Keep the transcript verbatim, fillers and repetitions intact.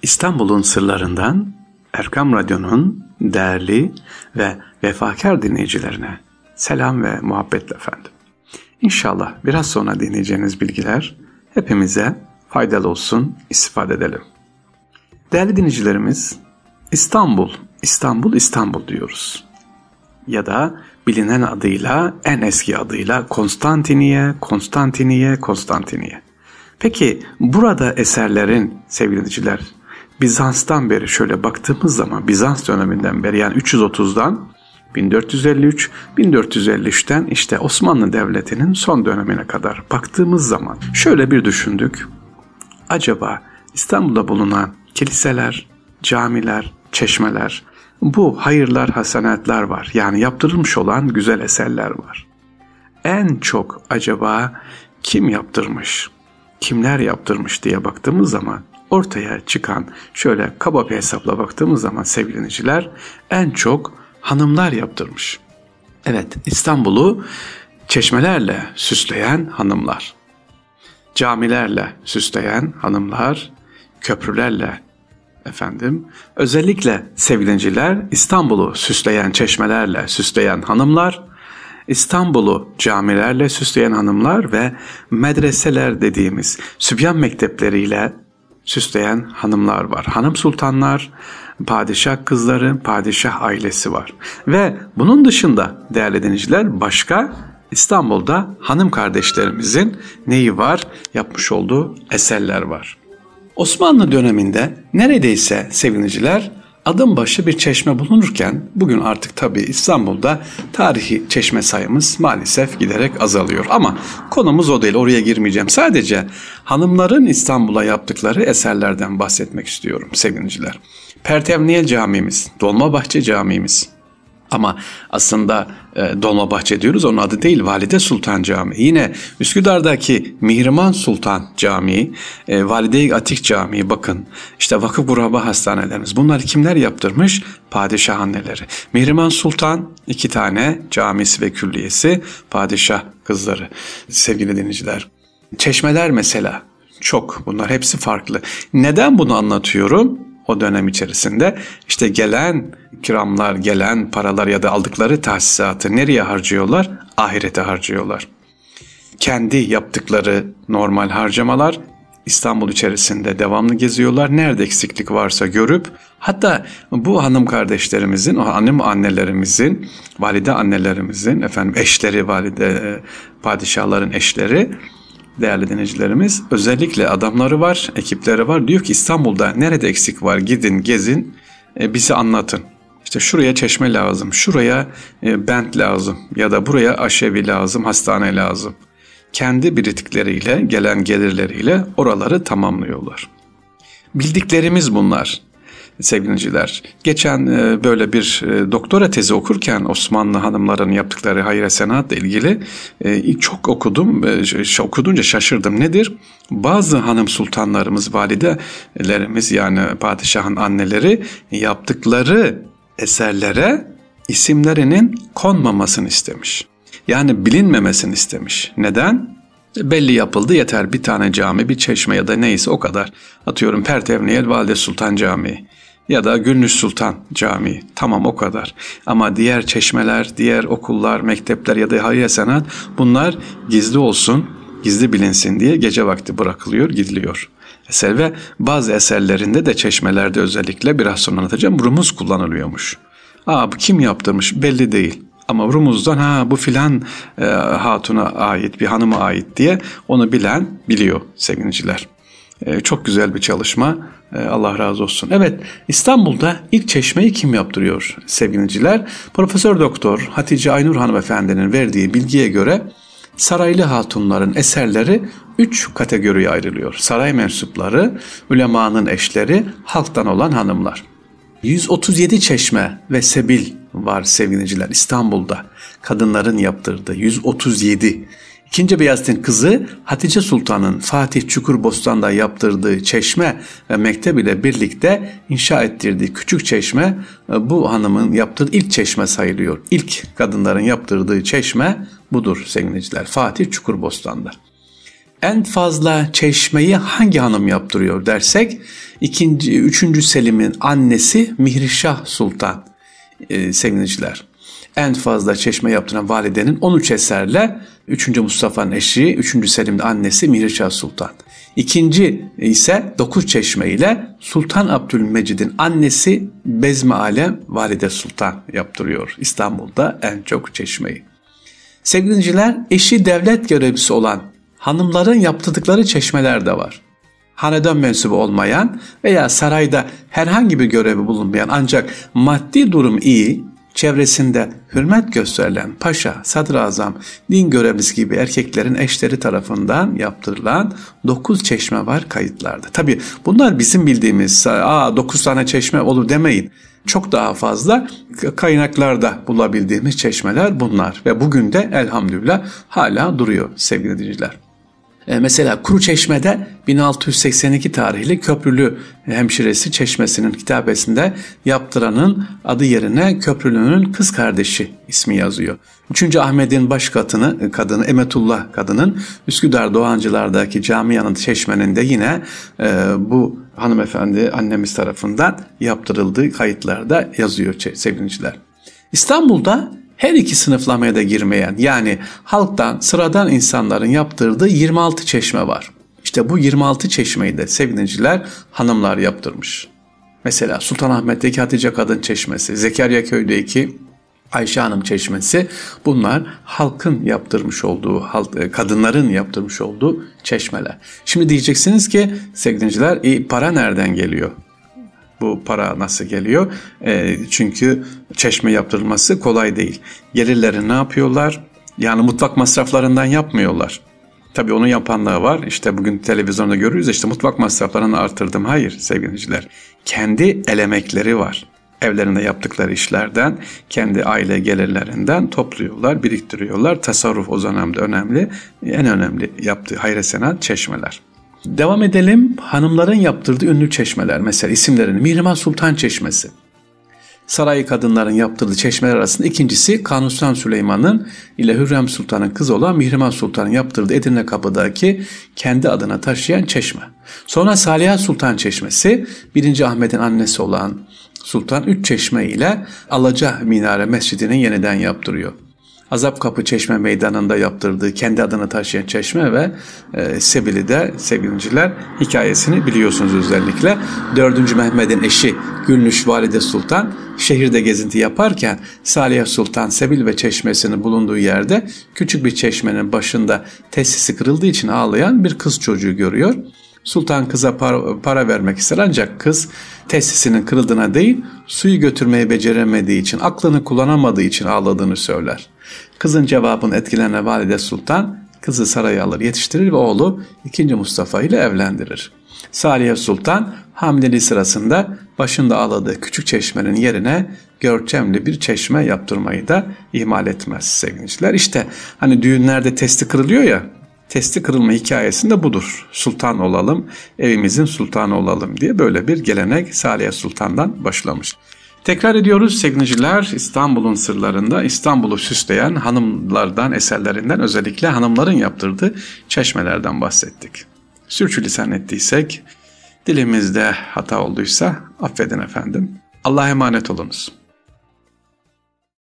İstanbul'un sırlarından Erkam Radyo'nun değerli ve vefakar dinleyicilerine selam ve muhabbetle efendim. İnşallah biraz sonra dinleyeceğiniz bilgiler hepimize faydalı olsun, istifade edelim. Değerli dinleyicilerimiz, İstanbul, İstanbul, İstanbul diyoruz. Ya da bilinen adıyla, en eski adıyla Konstantiniye, Konstantiniye, Konstantiniye. Peki burada eserlerin sevgili dinleyiciler, Bizans'tan beri şöyle baktığımız zaman, Bizans döneminden beri, yani üç yüz otuzdan bin dört yüz elli üç, bin dört yüz elli üçten işte Osmanlı Devleti'nin son dönemine kadar baktığımız zaman şöyle bir düşündük. Acaba İstanbul'da bulunan kiliseler, camiler, çeşmeler, bu hayırlar, hasenatlar var. Yani yaptırılmış olan güzel eserler var. En çok acaba kim yaptırmış, kimler yaptırmış diye baktığımız zaman ortaya çıkan, şöyle kaba bir hesapla baktığımız zaman sevgili dinleyiciler, en çok hanımlar yaptırmış. Evet, İstanbul'u çeşmelerle süsleyen hanımlar, camilerle süsleyen hanımlar, köprülerle efendim, özellikle sevgili dinleyiciler, İstanbul'u süsleyen çeşmelerle süsleyen hanımlar, İstanbul'u camilerle süsleyen hanımlar ve medreseler dediğimiz sübyan mektepleriyle süsleyen hanımlar var. Hanım sultanlar, padişah kızları, padişah ailesi var. Ve bunun dışında değerli dinleyiciler, başka İstanbul'da hanım kardeşlerimizin neyi var? Yapmış olduğu eserler var. Osmanlı döneminde neredeyse sevgili dinleyiciler, adım başı bir çeşme bulunurken bugün artık tabii İstanbul'da tarihi çeşme sayımız maalesef giderek azalıyor. Ama konumuz o değil, oraya girmeyeceğim. Sadece hanımların İstanbul'a yaptıkları eserlerden bahsetmek istiyorum sevgili dinleyiciler. Pertevniyel Camimiz, Dolmabahçe Camimiz. Ama aslında e, Dolmabahçe diyoruz, onun adı değil, Valide Sultan Camii. Yine Üsküdar'daki Mihrimah Sultan Camii, e, Valide-i Atik Camii, bakın işte vakıf kuraba hastanelerimiz. Bunları kimler yaptırmış? Padişah anneleri. Mihrimah Sultan iki tane camisi ve külliyesi, padişah kızları sevgili dinleyiciler. Çeşmeler mesela çok, bunlar hepsi farklı. Neden bunu anlatıyorum? O dönem içerisinde işte gelen kiramlar, gelen paralar ya da aldıkları tahsisatı nereye harcıyorlar? Ahirete harcıyorlar. Kendi yaptıkları normal harcamalar İstanbul içerisinde devamlı geziyorlar. Nerede eksiklik varsa görüp, hatta bu hanım kardeşlerimizin, o hanım annelerimizin, valide annelerimizin, efendim eşleri, valide padişahların eşleri, değerli dinleyicilerimiz, özellikle adamları var, ekipleri var. Diyor ki İstanbul'da nerede eksik var, gidin gezin, e, bize anlatın. İşte şuraya çeşme lazım, şuraya e, bent lazım ya da buraya aşevi lazım, hastane lazım. Kendi biriktikleriyle, gelen gelirleriyle oraları tamamlıyorlar. Bildiklerimiz bunlar. Sevgili dinleyiciler, geçen e, böyle bir e, doktora tezi okurken Osmanlı hanımların yaptıkları hayır senatla ilgili e, çok okudum, e, okudunca şaşırdım. Nedir? Bazı hanım sultanlarımız, validelerimiz, yani padişahın anneleri yaptıkları eserlere isimlerinin konmamasını istemiş. Yani bilinmemesini istemiş. Neden? Belli yapıldı, yeter, bir tane cami, bir çeşme ya da neyse o kadar. Atıyorum Pertevniyel Valide Sultan Camii ya da Gülnüş Sultan Camii, tamam o kadar. Ama diğer çeşmeler, diğer okullar, mektepler ya da hayır sanat, bunlar gizli olsun, gizli bilinsin diye gece vakti bırakılıyor, gidiliyor. Eser ve bazı eserlerinde de çeşmelerde özellikle biraz sonra anlatacağım, rumuz kullanılıyormuş. Aa, bu kim yaptırmış belli değil. Ama rumuzdan ha bu filan e, hatuna ait, bir hanıma ait diye onu bilen biliyor sevgiliciler. E, çok güzel bir çalışma. E, Allah razı olsun. Evet, İstanbul'da ilk çeşmeyi kim yaptırıyor sevgiliciler? Profesör Doktor Hatice Aynur hanımefendinin verdiği bilgiye göre saraylı hatunların eserleri üç kategoriye ayrılıyor. Saray mensupları, ulemanın eşleri, halktan olan hanımlar. yüz otuz yedi çeşme ve sebil var sevgiliciler İstanbul'da. Kadınların yaptırdığı yüz otuz yedi. İkinci Beyazıt'ın kızı Hatice Sultan'ın Fatih Çukurbostan'da yaptırdığı çeşme ve mektep ile birlikte inşa ettirdiği küçük çeşme bu hanımın yaptığı ilk çeşme sayılıyor. İlk kadınların yaptırdığı çeşme budur sevgiliciler, Fatih Çukurbostan'da. En fazla çeşmeyi hangi hanım yaptırıyor dersek, ikinci, üçüncü Selim'in annesi Mihrişah Sultan e, sevgiliciler. En fazla çeşme yaptıran validenin on üç eserle üçüncü Mustafa'nın eşi, üçüncü Selim'in annesi Mihrişah Sultan. İkinci ise dokuz çeşme ile Sultan Abdülmecid'in annesi Bezmi Alem Valide Sultan yaptırıyor İstanbul'da en çok çeşmeyi. Sevgiliciler, eşi devlet görevlisi olan hanımların yaptırdıkları çeşmeler de var. Hanedan mensubu olmayan veya sarayda herhangi bir görevi bulunmayan ancak maddi durum iyi, çevresinde hürmet gösterilen paşa, sadrazam, din görevlisi gibi erkeklerin eşleri tarafından yaptırılan dokuz çeşme var kayıtlarda. Tabii bunlar bizim bildiğimiz aa dokuz tane çeşme olur demeyin. Çok daha fazla kaynaklarda bulabildiğimiz çeşmeler bunlar ve bugün de elhamdülillah hala duruyor sevgili dinleyiciler. E mesela Kuruçeşme'de bin altı yüz seksen iki tarihli Köprülü hemşiresi çeşmesinin kitabesinde yaptıranın adı yerine Köprülü'nün kız kardeşi ismi yazıyor. üçüncü Ahmet'in baş kadını, kadını Emetullah kadının Üsküdar Doğancılar'daki cami yanı çeşmenin de yine e, bu hanımefendi annemiz tarafından yaptırıldığı kayıtlarda yazıyor sevgiliciler. İstanbul'da her iki sınıflamaya da girmeyen, yani halktan, sıradan insanların yaptırdığı yirmi altı çeşme var. İşte bu yirmi altı çeşmeyi de sevgiliciler hanımlar yaptırmış. Mesela Sultanahmet'teki Hatice Kadın Çeşmesi, Zekeriyaköy'deki Ayşe Hanım Çeşmesi, bunlar halkın yaptırmış olduğu, kadınların yaptırmış olduğu çeşmeler. Şimdi diyeceksiniz ki sevgiliciler, e, para nereden geliyor? Bu para nasıl geliyor? E, çünkü çeşme yaptırılması kolay değil. Gelirleri ne yapıyorlar? Yani mutfak masraflarından yapmıyorlar. Tabii onu yapanlar var. İşte bugün televizyonda görüyoruz, işte mutfak masraflarını artırdım. Hayır sevgiliciler. Kendi el emekleri var. Evlerinde yaptıkları işlerden, kendi aile gelirlerinden topluyorlar, biriktiriyorlar. Tasarruf o dönemde önemli. En önemli yaptığı hayır senat çeşmeler. Devam edelim. Hanımların yaptırdığı ünlü çeşmeler. Mesela isimlerini Mihrimah Sultan Çeşmesi. Saray kadınların yaptırdığı çeşmeler arasında ikincisi Kanuni Sultan Süleyman'ın ile Hürrem Sultan'ın kızı olan Mihrimah Sultan'ın yaptırdığı Edirne Kapı'daki kendi adına taşıyan çeşme. Sonra Saliha Sultan Çeşmesi, birinci Ahmet'in annesi olan Sultan üç çeşme ile Alaca Minare Mescidi'ni yeniden yaptırıyor. Azapkapı Çeşme Meydanı'nda yaptırdığı kendi adını taşıyan çeşme ve e, Sebili'de sevgiliciler hikayesini biliyorsunuz özellikle. dördüncü Mehmet'in eşi Gülnüş Valide Sultan şehirde gezinti yaparken Saliha Sultan Sebil ve çeşmesinin bulunduğu yerde küçük bir çeşmenin başında tesisi kırıldığı için ağlayan bir kız çocuğu görüyor. Sultan kıza para, para vermek ister ancak kız tesisinin kırıldığına değil, suyu götürmeyi beceremediği için, aklını kullanamadığı için ağladığını söyler. Kızın cevabını etkilenen Valide Sultan kızı saraya alır, yetiştirir ve oğlu ikinci Mustafa ile evlendirir. Saliha Sultan hamileliği sırasında başında ağladığı küçük çeşmenin yerine görkemli bir çeşme yaptırmayı da ihmal etmez sevgiliciler. İşte hani düğünlerde testi kırılıyor ya, testi kırılma hikayesinde budur. Sultan olalım, evimizin sultanı olalım diye böyle bir gelenek Saliha Sultan'dan başlamış. Tekrar ediyoruz sevgiliciler, İstanbul'un sırlarında İstanbul'u süsleyen hanımlardan, eserlerinden, özellikle hanımların yaptırdığı çeşmelerden bahsettik. Sürçülisan ettiysek, dilimizde hata olduysa affedin efendim. Allah'a emanet olunuz.